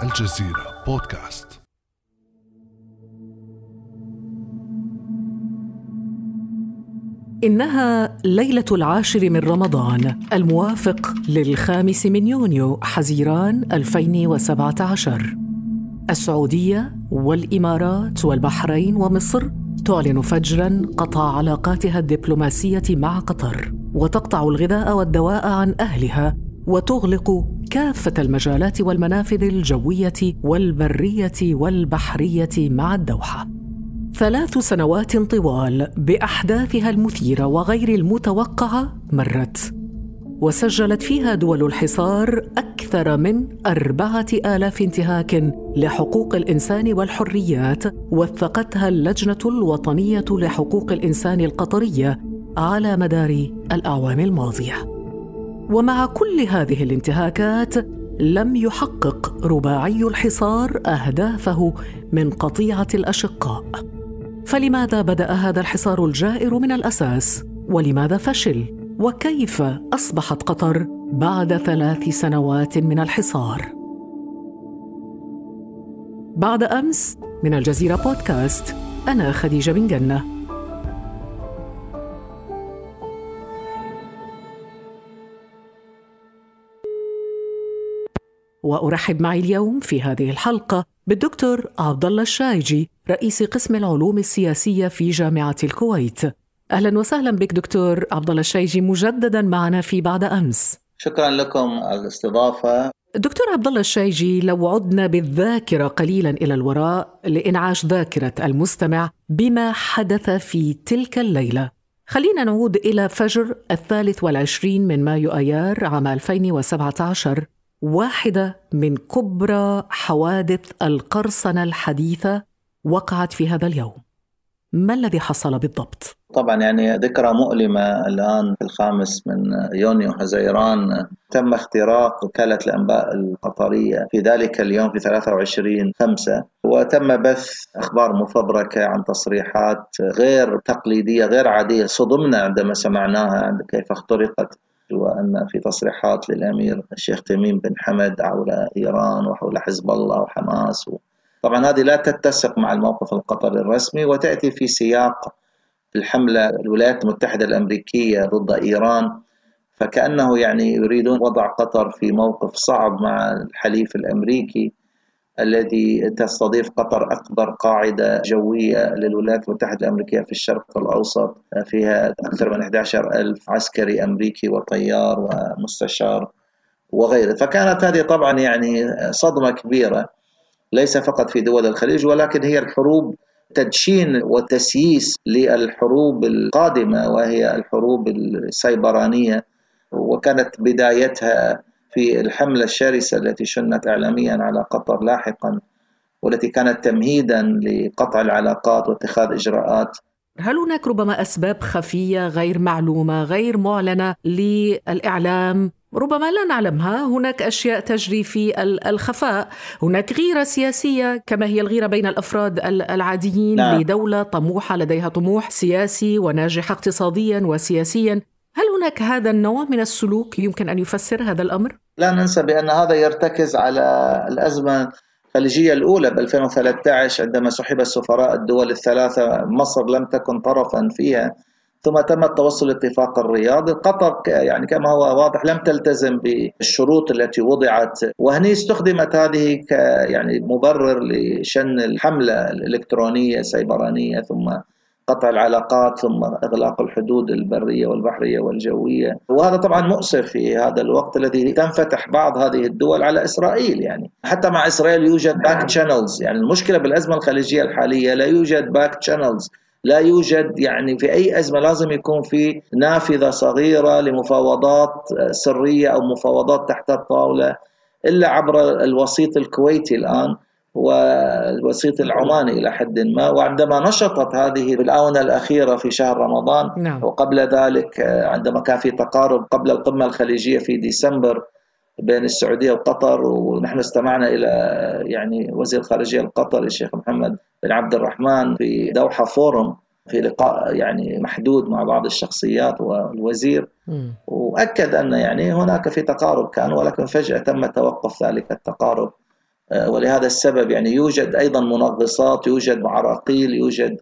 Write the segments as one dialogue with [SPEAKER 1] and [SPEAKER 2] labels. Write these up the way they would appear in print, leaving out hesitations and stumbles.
[SPEAKER 1] الجزيرة بودكاست.
[SPEAKER 2] إنها ليلة 10 من رمضان الموافق 5 يونيو حزيران 2017. السعودية والإمارات والبحرين ومصر تعلن فجراً قطع علاقاتها الدبلوماسية مع قطر، وتقطع الغذاء والدواء عن أهلها، وتغلق كافة المجالات والمنافذ الجوية والبرية والبحرية مع الدوحة. 3 سنوات طوال بأحداثها المثيرة وغير المتوقعة مرت، وسجلت فيها دول الحصار أكثر من 4000 انتهاك لحقوق الإنسان والحريات وثقتها اللجنة الوطنية لحقوق الإنسان القطرية على مدار الأعوام الماضية. ومع كل هذه الانتهاكات لم يحقق رباعي الحصار أهدافه من قطيعة الأشقاء. فلماذا بدأ هذا الحصار الجائر من الأساس؟ ولماذا فشل؟ وكيف أصبحت قطر بعد 3 سنوات من الحصار؟ بعد أمس من الجزيرة بودكاست، أنا خديجة بن جنة. وأرحب معي اليوم في هذه الحلقة بالدكتور عبد الله الشايجي، رئيس قسم العلوم السياسية في جامعة الكويت. أهلا وسهلا بك دكتور عبد الله الشايجي مجددا معنا في بعد أمس.
[SPEAKER 3] شكرا لكم على الاستضافة.
[SPEAKER 2] دكتور عبد الله الشايجي، لو عدنا بالذاكرة قليلا إلى الوراء لإنعاش ذاكرة المستمع بما حدث في تلك الليلة، خلينا نعود إلى فجر 23 من مايو آيار عام 2017، واحدة من كبرى حوادث القرصنة الحديثة وقعت في هذا اليوم. ما الذي حصل بالضبط؟
[SPEAKER 3] طبعا يعني ذكرى مؤلمة. الآن في 5 من يونيو حزيران تم اختراق وكالة الأنباء القطرية في ذلك اليوم في 23/5، وتم بث أخبار مفبركة عن تصريحات غير تقليدية غير عادية. صدمنا عندما سمعناها كيف اخترقت، وأن في تصريحات للأمير الشيخ تميم بن حمد حول إيران وحول حزب الله وحماس. طبعا هذه لا تتسق مع الموقف القطري الرسمي، وتأتي في سياق الحملة الولايات المتحدة الأمريكية ضد إيران، فكأنه يعني يريدون وضع قطر في موقف صعب مع الحليف الأمريكي الذي تستضيف قطر أكبر قاعدة جوية للولايات المتحدة الأمريكية في الشرق الأوسط، فيها أكثر من 11,000 عسكري أمريكي وطيار ومستشار وغيره. فكانت هذه طبعا يعني صدمة كبيرة، ليس فقط في دول الخليج، ولكن هي الحروب تدشين وتسييس للحروب القادمة، وهي الحروب السيبرانية. وكانت بدايتها في الحملة الشرسة التي شنت إعلاميا على قطر لاحقا، والتي كانت تمهيدا لقطع العلاقات واتخاذ إجراءات.
[SPEAKER 2] هل هناك ربما أسباب خفية غير معلومة غير معلنة للإعلام ربما لا نعلمها؟ هناك أشياء تجري في الخفاء، هناك غيرة سياسية كما هي الغيرة بين الأفراد العاديين. نعم. لدولة طموحة لديها طموح سياسي وناجحة اقتصاديا وسياسيا. هل هناك هذا النوع من السلوك يمكن أن يفسر هذا الأمر؟
[SPEAKER 3] لا ننسى بأن هذا يرتكز على الأزمة الخليجية الأولى ب 2013 عندما سحب السفراء الدول الثلاثة. مصر لم تكن طرفا فيها، ثم تم التوصل لاتفاق الرياض. قطر يعني كما هو واضح لم تلتزم بالشروط التي وضعت، وهنا استخدمت هذه يعني مبرر لشن الحملة الإلكترونية سيبرانية، ثم قطع العلاقات، ثم إغلاق الحدود البرية والبحرية والجوية. وهذا طبعا مؤسف في هذا الوقت الذي تنفتح بعض هذه الدول على إسرائيل. يعني حتى مع إسرائيل يوجد باك تشانلز. يعني المشكلة بالأزمة الخليجية الحالية لا يوجد باك تشانلز، لا يوجد يعني في أي أزمة لازم يكون في نافذة صغيرة لمفاوضات سرية أو مفاوضات تحت الطاولة، إلا عبر الوسيط الكويتي الآن والوسيط العماني إلى حد ما. وعندما نشطت هذه بالآونة الأخيرة في شهر رمضان، نعم. وقبل ذلك عندما كان في تقارب قبل القمة الخليجية في ديسمبر بين السعودية وقطر، ونحن استمعنا إلى يعني وزير الخارجية القطري الشيخ محمد بن عبد الرحمن في دوحة فورم في لقاء يعني محدود مع بعض الشخصيات والوزير، وأكد أن يعني هناك في تقارب كان، ولكن فجأة تم توقف ذلك التقارب ولهذا السبب يعني يوجد أيضا منغصات، يوجد عراقيل، يوجد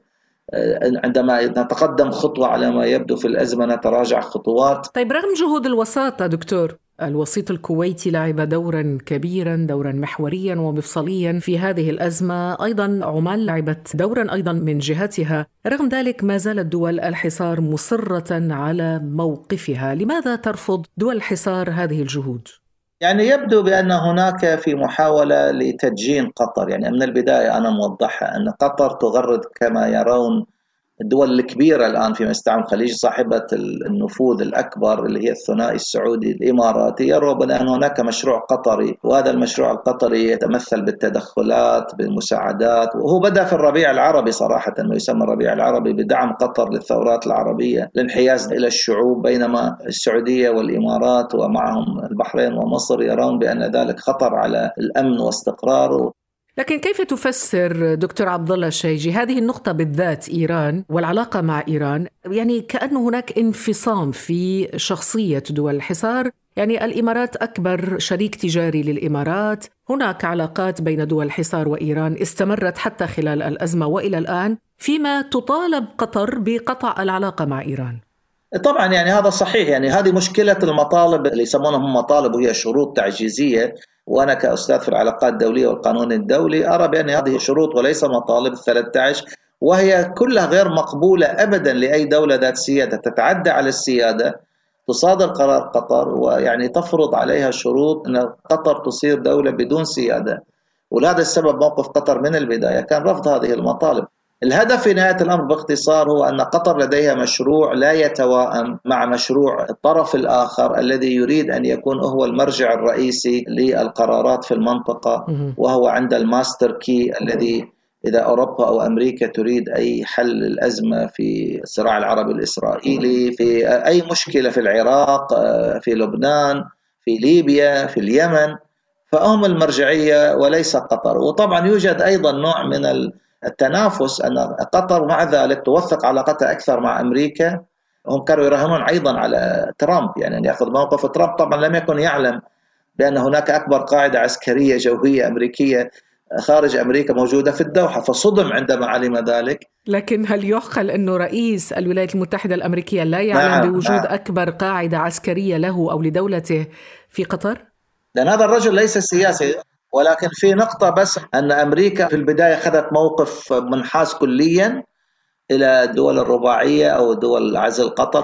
[SPEAKER 3] عندما نتقدم خطوة على ما يبدو في الأزمة نتراجع خطوات.
[SPEAKER 2] طيب، رغم جهود الوساطة دكتور، الوسيط الكويتي لعب دورا كبيرا، دورا محوريا ومفصليا في هذه الأزمة. أيضا عمان لعبت دورا أيضا من جهتها. رغم ذلك ما زالت دول الحصار مصرة على موقفها. لماذا ترفض دول الحصار هذه الجهود؟
[SPEAKER 3] يعني يبدو بأن هناك في محاولة لتدجين قطر. يعني من البداية أنا موضحها أن قطر تغرد كما يرون الدول الكبيرة الآن في مستعمل الخليج صاحبة النفوذ الأكبر اللي هي الثنائي السعودي الإماراتي، يروا بأن هناك مشروع قطري، وهذا المشروع القطري يتمثل بالتدخلات بالمساعدات. وهو بدأ في الربيع العربي صراحة، أنه يسمى الربيع العربي بدعم قطر للثورات العربية الانحياز إلى الشعوب، بينما السعودية والإمارات ومعهم البحرين ومصر يرون بأن ذلك خطر على الأمن واستقرار.
[SPEAKER 2] لكن كيف تفسر دكتور عبد الله الشيجي هذه النقطة بالذات، إيران والعلاقة مع إيران؟ يعني كأن هناك انفصام في شخصية دول الحصار. يعني الإمارات أكبر شريك تجاري للإمارات، هناك علاقات بين دول الحصار وإيران استمرت حتى خلال الأزمة وإلى الآن، فيما تطالب قطر بقطع العلاقة مع إيران.
[SPEAKER 3] طبعا يعني هذا صحيح. يعني هذه مشكلة المطالب اللي يسمونهم مطالب، وهي شروط تعجيزية. وأنا كأستاذ في العلاقات الدولية والقانون الدولي أرى بأن هذه شروط وليس مطالب 13، وهي كلها غير مقبولة أبدا لأي دولة ذات سيادة تتعدى على السيادة، تصادر قرار قطر ويعني تفرض عليها شروط أن قطر تصير دولة بدون سيادة. ولهذا السبب موقف قطر من البداية كان رفض هذه المطالب. الهدف في نهاية الأمر باختصار هو أن قطر لديها مشروع لا يتوائم مع مشروع الطرف الآخر الذي يريد أن يكون هو المرجع الرئيسي للقرارات في المنطقة، وهو عند الماستر كي الذي إذا أوروبا أو أمريكا تريد أي حل الأزمة في الصراع العربي الإسرائيلي، في أي مشكلة في العراق، في لبنان، في ليبيا، في اليمن، فهم المرجعية وليس قطر. وطبعا يوجد أيضا نوع من التنافس أن قطر مع ذلك توثق علاقتها أكثر مع أمريكا. هم كانوا يراهنون أيضا على ترامب، يعني أن يأخذ موقف ترامب. طبعا لم يكن يعلم بأن هناك أكبر قاعدة عسكرية جوية أمريكية خارج أمريكا موجودة في الدوحة، فصدم عندما علم ذلك.
[SPEAKER 2] لكن هل يعقل أنه رئيس الولايات المتحدة الأمريكية لا يعلم بوجود أكبر قاعدة عسكرية له أو لدولته في قطر؟
[SPEAKER 3] لأن هذا الرجل ليس سياسي. ولكن في نقطة بس، أن أمريكا في البداية أخذت موقف منحاز كليا إلى الدول الرباعية أو دول عزل قطر،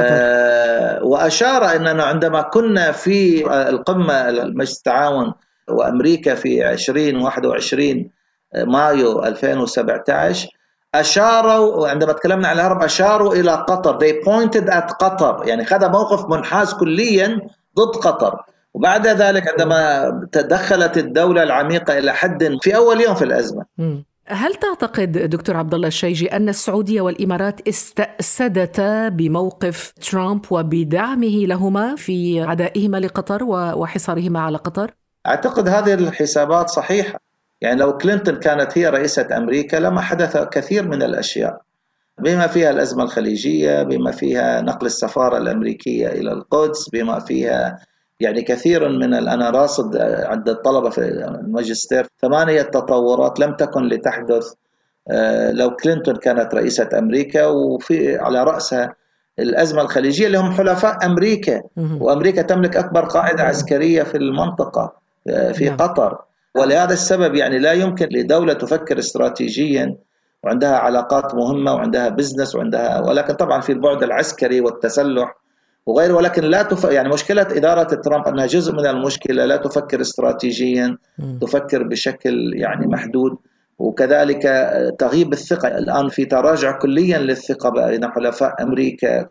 [SPEAKER 3] وأشار أننا عندما كنا في القمة المجلس التعاون وأمريكا في 2021 مايو 2017 أشاروا، عندما تكلمنا عن الحرب أشاروا إلى قطر. they pointed at قطر، يعني خذ موقف منحاز كليا ضد قطر. وبعد ذلك عندما تدخلت الدولة العميقة إلى حد في أول يوم في الأزمة.
[SPEAKER 2] هل تعتقد دكتور عبد الله الشيجي أن السعودية والإمارات استأسدتا بموقف ترامب وبدعمه لهما في عدائهما لقطر وحصارهما على قطر؟
[SPEAKER 3] أعتقد هذه الحسابات صحيحة. يعني لو كلينتون كانت هي رئيسة أمريكا لما حدث كثير من الأشياء، بما فيها الأزمة الخليجية، بما فيها نقل السفارة الأمريكية إلى القدس، بما فيها يعني كثير من أنا راصد عند الطلبة في الماجستير 8 تطورات لم تكن لتحدث لو كلينتون كانت رئيسة أمريكا، وفي على رأسها الأزمة الخليجية اللي هم حلفاء أمريكا. وأمريكا تملك أكبر قاعدة عسكرية في المنطقة في قطر. ولهذا السبب يعني لا يمكن لدولة تفكر استراتيجيا وعندها علاقات مهمة وعندها بزنس وعندها، ولكن طبعا في البعد العسكري والتسلح وغيره. ولكن لا يعني مشكلة إدارة ترامب أنها جزء من المشكلة، لا تفكر استراتيجيا، تفكر بشكل يعني محدود. وكذلك تغيب الثقة، الآن في تراجع كليا للثقة بين حلفاء أمريكا.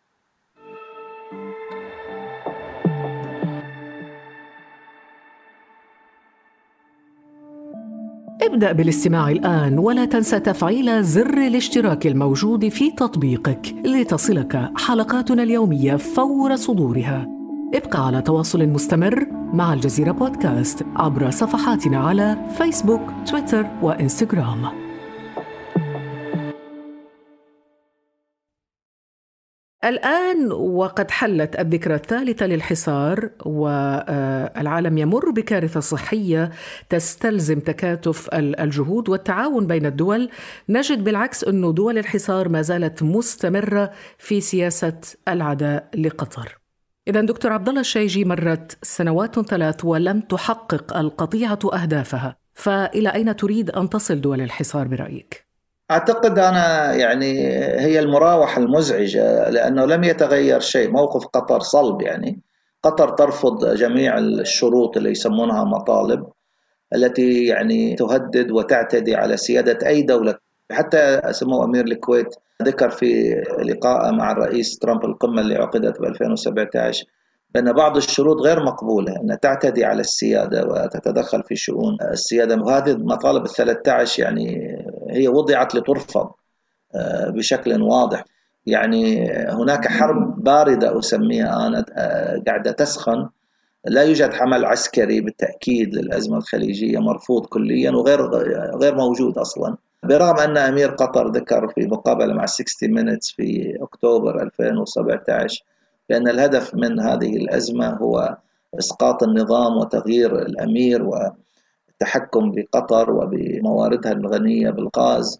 [SPEAKER 2] ابدأ بالاستماع الآن ولا تنسى تفعيل زر الاشتراك الموجود في تطبيقك لتصلك حلقاتنا اليومية فور صدورها. ابقى على تواصل مستمر مع الجزيرة بودكاست عبر صفحاتنا على فيسبوك، تويتر وإنستغرام. الآن وقد حلت الذكرى الثالثة للحصار والعالم يمر بكارثة صحية تستلزم تكاتف الجهود والتعاون بين الدول، نجد بالعكس أن دول الحصار ما زالت مستمرة في سياسة العداء لقطر. إذن دكتور عبد الله الشيجي، مرت سنوات 3 ولم تحقق القطيعة أهدافها، فإلى أين تريد أن تصل دول الحصار برأيك؟
[SPEAKER 3] أعتقد أنا يعني هي المراوحة المزعجة، لأنه لم يتغير شيء. موقف قطر صلب، يعني قطر ترفض جميع الشروط اللي يسمونها مطالب، التي يعني تهدد وتعتدي على سيادة أي دولة. حتى سمو أمير الكويت ذكر في لقاء مع الرئيس ترامب القمة اللي عقدت ب 2017 بأن بعض الشروط غير مقبولة، أن تعتدي على السيادة وتتدخل في شؤون السيادة. وهذه المطالب 13 يعني هي وضعت لترفض بشكل واضح. يعني هناك حرب باردة أسميها أنا قاعدة تسخن. لا يوجد حمل عسكري بالتأكيد للأزمة الخليجية، مرفوض كليا وغير موجود أصلا، برغم أن أمير قطر ذكر في مقابلة مع 60 Minutes في أكتوبر 2017 بأن الهدف من هذه الأزمة هو إسقاط النظام وتغيير الأمير والتحكم بقطر وبمواردها الغنية بالغاز.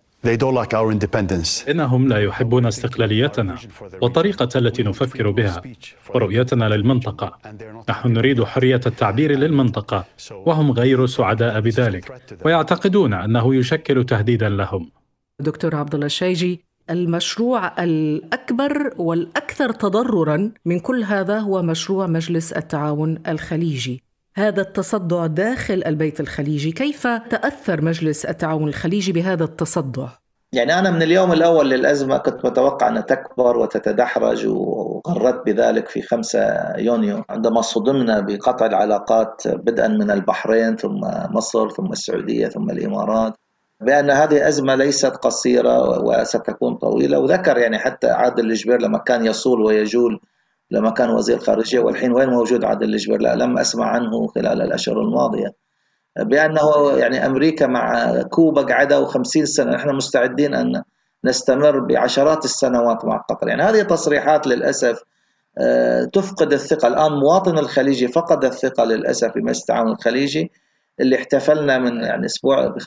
[SPEAKER 4] إنهم لا يحبون استقلاليتنا والطريقة التي نفكر بها ورؤيتنا للمنطقة. نحن نريد حرية التعبير للمنطقة، وهم غير سعداء بذلك ويعتقدون أنه يشكل تهديدا لهم.
[SPEAKER 2] دكتور عبد الله الشيجي، المشروع الأكبر والأكثر تضرراً من كل هذا هو مشروع مجلس التعاون الخليجي. هذا التصدع داخل البيت الخليجي، كيف تأثر مجلس التعاون الخليجي بهذا التصدع؟
[SPEAKER 3] يعني أنا من اليوم الأول للأزمة كنت متوقع أن تكبر وتتدحرج، وقررت بذلك في 5 يونيو عندما صدمنا بقطع العلاقات بدءا من البحرين ثم مصر ثم السعودية ثم الإمارات، بأن هذه أزمة ليست قصيرة وستكون طويلة. وذكر يعني حتى عادل الجبير لما كان يصول ويجول لما كان وزير خارجية، والحين وين موجود عادل الجبير؟ لا، لم أسمع عنه خلال الأشهر الماضية. بأنه يعني أمريكا مع كوبا قعدوا 50 سنة، نحن مستعدين أن نستمر بعشرات السنوات مع قطر. يعني هذه تصريحات للأسف تفقد الثقة. الآن مواطن الخليجي فقد الثقة للأسف بمجلس التعاون الخليجي، اللي احتفلنا من يعني أسبوع ب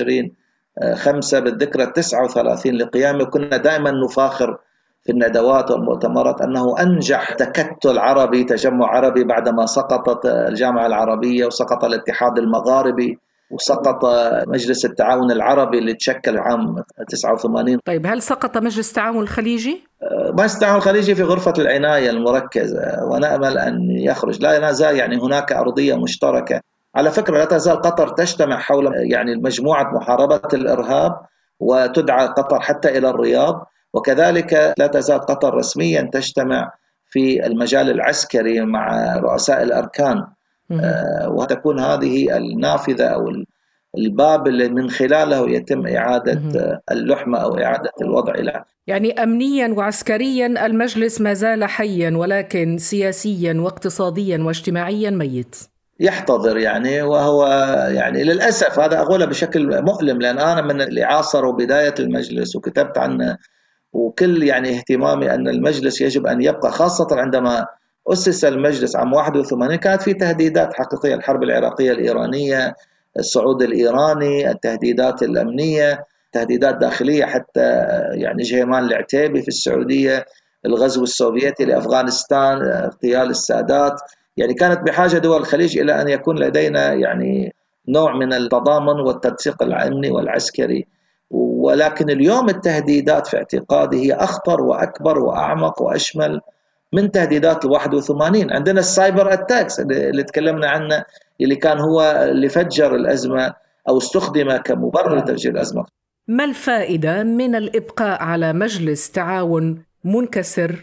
[SPEAKER 3] 25/5 بالذكرى 39 لقيامه. كنا دائما نفاخر في الندوات والمؤتمرات أنه أنجح تكتل عربي، تجمع عربي، بعدما سقطت الجامعة العربية وسقط الاتحاد المغاربي وسقط مجلس التعاون العربي اللي تشكل عام 89.
[SPEAKER 2] طيب، هل سقط مجلس التعاون الخليجي؟
[SPEAKER 3] مجلس التعاون الخليجي في غرفة العناية المركزة، ونأمل أن يخرج. لا زال يعني هناك أرضية مشتركة. على فكرة لا تزال قطر تجتمع حول يعني مجموعة محاربة الإرهاب، وتدعى قطر حتى إلى الرياض. وكذلك لا تزال قطر رسميا تجتمع في المجال العسكري مع رؤساء الأركان، وتكون هذه النافذة أو الباب اللي من خلاله يتم إعادة اللحمة أو إعادة الوضع إلى.
[SPEAKER 2] يعني أمنيا وعسكريا المجلس ما زال حيا، ولكن سياسيا واقتصاديا واجتماعيا ميت،
[SPEAKER 3] يحتضر يعني. وهو يعني للأسف هذا أقوله بشكل مؤلم، لأن أنا من اللي عاصروا بداية المجلس وكتبت عنه، وكل يعني اهتمامي أن المجلس يجب أن يبقى، خاصة عندما أسس المجلس عام 81 كانت في تهديدات حقيقية: الحرب العراقية الإيرانية، الصعود الإيراني، التهديدات الأمنية، تهديدات داخلية، حتى يعني جهيمان العتيبي في السعودية، الغزو السوفيتي لأفغانستان، اغتيال السادات. يعني كانت بحاجة دول الخليج إلى أن يكون لدينا يعني نوع من التضامن والتنسيق الأمني والعسكري. ولكن اليوم التهديدات في اعتقادي هي أخطر وأكبر وأعمق وأشمل من تهديدات 81. عندنا السايبر أتاكس اللي تكلمنا عنه، اللي كان هو اللي فجر الأزمة أو استخدم كمبرر لتفجير الأزمة.
[SPEAKER 2] ما الفائدة من الإبقاء على مجلس تعاون منكسر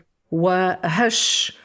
[SPEAKER 2] وهش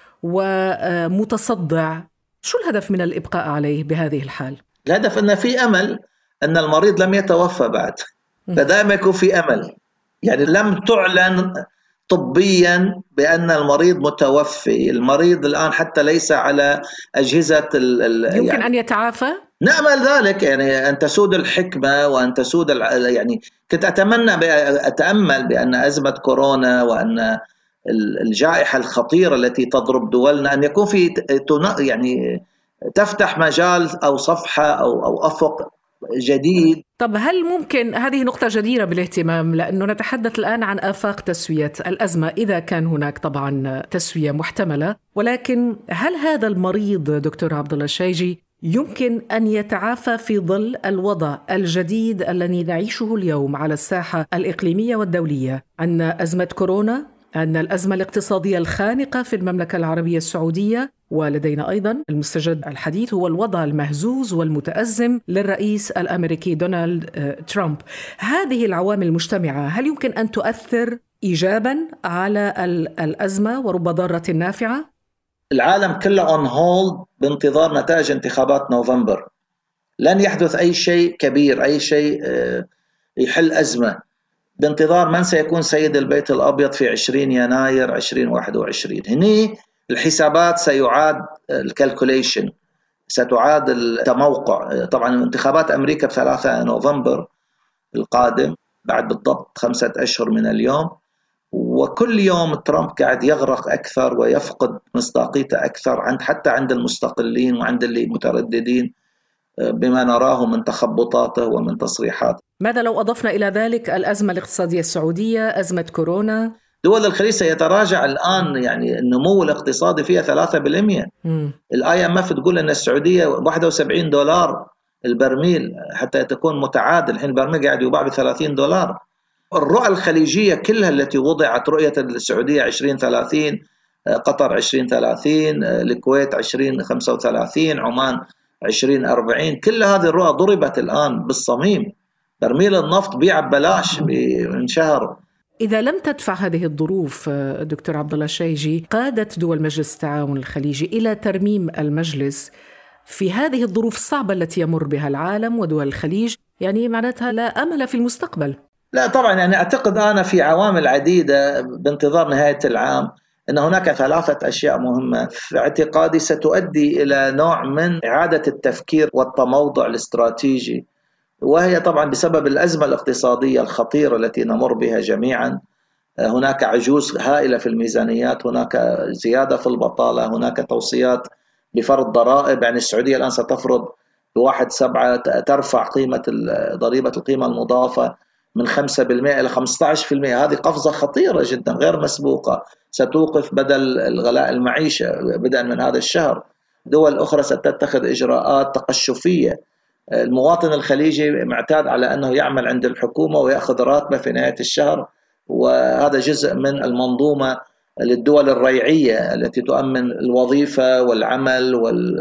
[SPEAKER 2] ومتصدع؟ شو الهدف من الإبقاء عليه بهذه الحال؟
[SPEAKER 3] الهدف أن في أمل، أن المريض لم يتوفى بعد، فدائما يكون في أمل. يعني لم تعلن طبيا بأن المريض متوفي. المريض الآن حتى ليس على أجهزة
[SPEAKER 2] يمكن يعني أن يتعافى.
[SPEAKER 3] نأمل ذلك، يعني أن تسود الحكمة وأن تسود يعني كنت أتأمل بأن أزمة كورونا وأن الجائحة الخطيرة التي تضرب دولنا، أن يكون في يعني تفتح مجال أو صفحة أو أفق جديد.
[SPEAKER 2] طب هل ممكن، هذه نقطة جديرة بالاهتمام، لأنه نتحدث الآن عن آفاق تسوية الأزمة إذا كان هناك طبعا تسوية محتملة، ولكن هل هذا المريض دكتور عبد الله الشيجي يمكن أن يتعافى في ظل الوضع الجديد الذي نعيشه اليوم على الساحة الإقليمية والدولية؟ عندنا أزمة كورونا، عندنا الأزمة الاقتصادية الخانقة في المملكة العربية السعودية، ولدينا أيضا المستجد الحديث هو الوضع المهزوز والمتأزم للرئيس الأمريكي دونالد ترامب. هذه العوامل المجتمعة هل يمكن أن تؤثر إيجابا على الأزمة ورب ضارة نافعة؟
[SPEAKER 3] العالم كله on hold بانتظار نتائج انتخابات نوفمبر. لن يحدث أي شيء كبير، أي شيء يحل أزمة، بانتظار من سيكون سيد البيت الأبيض في 20 يناير 2021. هني الحسابات سيعاد الكالكوليشن، ستعاد التموقع. طبعا انتخابات أمريكا ب3 نوفمبر القادم، بعد بالضبط 5 أشهر من اليوم، وكل يوم ترامب قاعد يغرق أكثر ويفقد مصداقيته أكثر حتى عند المستقلين وعند اللي مترددين بما نراه من تخبطاته ومن تصريحاته.
[SPEAKER 2] ماذا لو أضفنا إلى ذلك الأزمة الاقتصادية السعودية، أزمة كورونا؟
[SPEAKER 3] دول الخليج سيتراجع الآن، يعني النمو الاقتصادي فيها 3%. الIMF تقول أن السعودية $71 البرميل حتى تكون متعادل، الحين البرميل قاعد يباع $30. الرؤى الخليجية كلها التي وضعت، رؤية السعودية 2030، قطر 2030، الكويت 2035، عمان 2040، كل هذه الرؤى ضربت الآن بالصميم. برميل النفط بيع ببلاش من شهر.
[SPEAKER 2] إذا لم تدفع هذه الظروف دكتور عبد الله الشيجي قادت دول مجلس التعاون الخليجي إلى ترميم المجلس في هذه الظروف الصعبة التي يمر بها العالم ودول الخليج، يعني معناتها لا أمل في المستقبل.
[SPEAKER 3] لا طبعا، يعني أعتقد أنا في عوامل عديدة بانتظار نهاية العام أن هناك 3 أشياء مهمة في اعتقادي ستؤدي إلى نوع من إعادة التفكير والتموضع الاستراتيجي، وهي طبعا بسبب الأزمة الاقتصادية الخطيرة التي نمر بها جميعا. هناك عجوز هائلة في الميزانيات، هناك زيادة في البطالة، هناك توصيات بفرض ضرائب، يعني السعودية الآن ستفرض ب1/7 ترفع قيمة ضريبة القيمة المضافة من 5% إلى 15%. هذه قفزة خطيرة جدا غير مسبوقة، ستوقف بدل الغلاء المعيشة بدءا من هذا الشهر. دول أخرى ستتخذ إجراءات تقشفية. المواطن الخليجي معتاد على أنه يعمل عند الحكومة ويأخذ راتبه في نهاية الشهر، وهذا جزء من المنظومة للدول الريعية التي تؤمن الوظيفة والعمل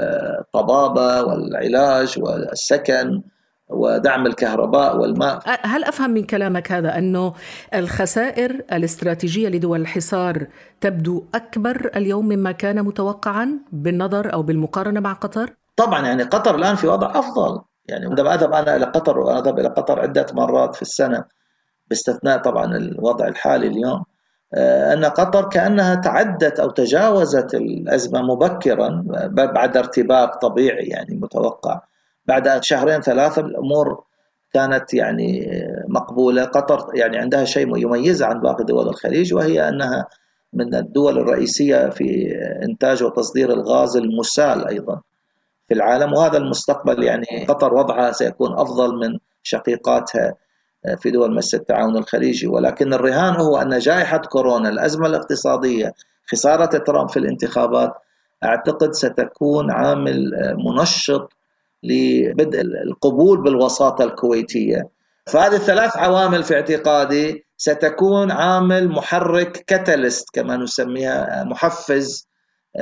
[SPEAKER 3] والطبابة والعلاج والسكن ودعم الكهرباء والماء.
[SPEAKER 2] هل أفهم من كلامك هذا أنه الخسائر الاستراتيجية لدول الحصار تبدو أكبر اليوم مما كان متوقعا بالنظر أو بالمقارنة مع قطر؟
[SPEAKER 3] طبعا، يعني قطر الآن في وضع أفضل. يعني عندما أذهب أنا إلى قطر، وأذهب إلى قطر عدة مرات في السنة باستثناء طبعا الوضع الحالي اليوم، أن قطر كأنها تعدت أو تجاوزت الأزمة مبكرا بعد ارتباك طبيعي يعني متوقع. بعد 2-3 الأمور كانت يعني مقبولة. قطر يعني عندها شيء يميزها عن باقي دول الخليج، وهي أنها من الدول الرئيسية في إنتاج وتصدير الغاز المسال أيضا في العالم، وهذا المستقبل يعني قطر وضعها سيكون أفضل من شقيقاتها في دول مجلس التعاون الخليجي. ولكن الرهان هو أن جائحة كورونا، الأزمة الاقتصادية، خسارة ترامب في الانتخابات، أعتقد ستكون عامل منشط لبدء القبول بالوساطة الكويتية. فهذه 3 عوامل في اعتقادي ستكون عامل محرك، كاتاليست كما نسميها، محفز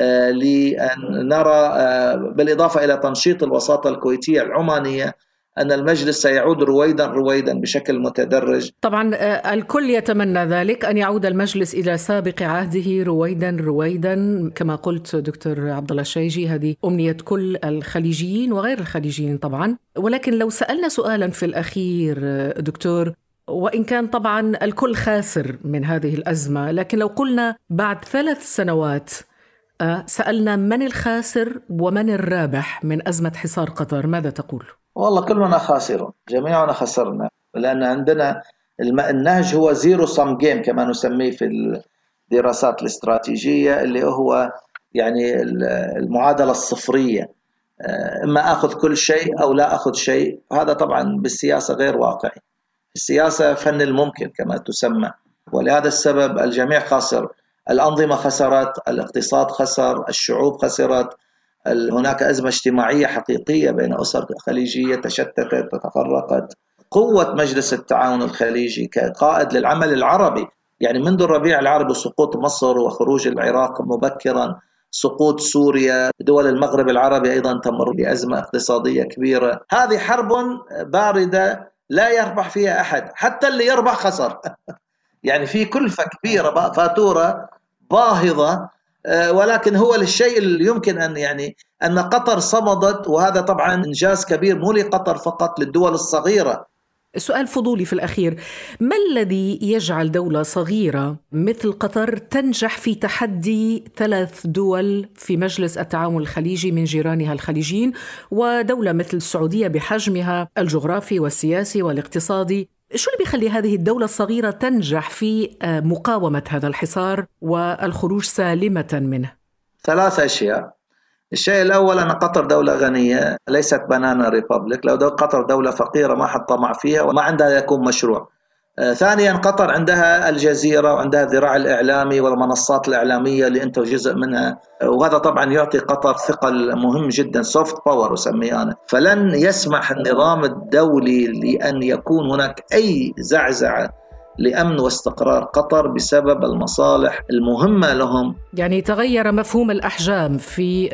[SPEAKER 3] لأن نرى بالإضافة إلى تنشيط الوساطة الكويتية العمانية أن المجلس سيعود رويدا بشكل متدرج.
[SPEAKER 2] طبعا الكل يتمنى ذلك، أن يعود المجلس إلى سابق عهده رويدا كما قلت دكتور عبد الله الشيجي، هذه أمنية كل الخليجيين وغير الخليجيين طبعا. ولكن لو سألنا سؤالا في الأخير دكتور، وإن كان طبعا الكل خاسر من هذه الأزمة، لكن لو قلنا بعد 3 سنوات سألنا من الخاسر ومن الرابح من أزمة حصار قطر، ماذا تقول؟
[SPEAKER 3] والله كلنا خاسرون، جميعنا خسرنا، لأن عندنا النهج هو زيرو سم جيم كما نسميه في الدراسات الاستراتيجية اللي هو يعني المعادلة الصفرية، إما أخذ كل شيء أو لا أخذ شيء. هذا طبعا بالسياسة غير واقعي. السياسة فن الممكن كما تسمى، ولهذا السبب الجميع خسر. الأنظمة خسرت، الاقتصاد خسر، الشعوب خسرت. هناك أزمة اجتماعية حقيقية بين أسر خليجية تشتتت وتفرقت. قوة مجلس التعاون الخليجي كقائد للعمل العربي، يعني منذ الربيع العربي، سقوط مصر وخروج العراق مبكرا، سقوط سوريا، دول المغرب العربي أيضا تمر بأزمة اقتصادية كبيرة. هذه حرب باردة لا يربح فيها أحد، حتى اللي يربح خسر. يعني في كلفة كبيرة، فاتورة باهظة. ولكن هو الشيء اللي يمكن أن قطر صمدت، وهذا طبعا إنجاز كبير مو لقطر فقط، للدول الصغيرة.
[SPEAKER 2] سؤال فضولي في الأخير، ما الذي يجعل دولة صغيرة مثل قطر تنجح في تحدي 3 دول في مجلس التعاون الخليجي من جيرانها الخليجيين، ودولة مثل السعودية بحجمها الجغرافي والسياسي والاقتصادي؟ شو اللي بيخلي هذه الدولة الصغيرة تنجح في مقاومة هذا الحصار والخروج سالمة منه؟
[SPEAKER 3] 3 أشياء. الشيء الأول أن قطر دولة غنية، ليست بنانا ريبابليك. لو قطر دولة فقيرة ما حد طمع فيها وما عندها يكون مشروع. ثانيا، قطر عندها الجزيرة وعندها الذراع الإعلامي والمنصات الإعلامية اللي أنت جزء منها، وهذا طبعا يعطي قطر ثقل مهم جدا، سوفت باور أسميه أنا. فلن يسمح النظام الدولي لأن يكون هناك أي زعزعة لأمن واستقرار قطر بسبب المصالح المهمة لهم.
[SPEAKER 2] يعني تغير مفهوم الأحجام في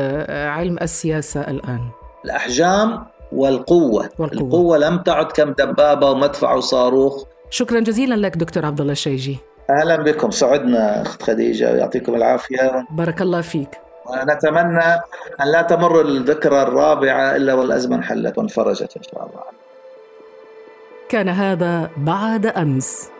[SPEAKER 2] علم السياسة الآن.
[SPEAKER 3] الأحجام والقوة. القوة لم تعد كم دبابة ومدفع وصاروخ.
[SPEAKER 2] شكرا جزيلا لك دكتور عبد الله الشيجي.
[SPEAKER 3] أهلا بكم، سعدنا أخت خديجة، ويعطيكم العافية.
[SPEAKER 2] بارك الله فيك.
[SPEAKER 3] ونتمنى أن لا تمر الذكرى الرابعة إلا والأزمة انحلت وانفرجت إن شاء الله.
[SPEAKER 2] كان هذا بعد أمس.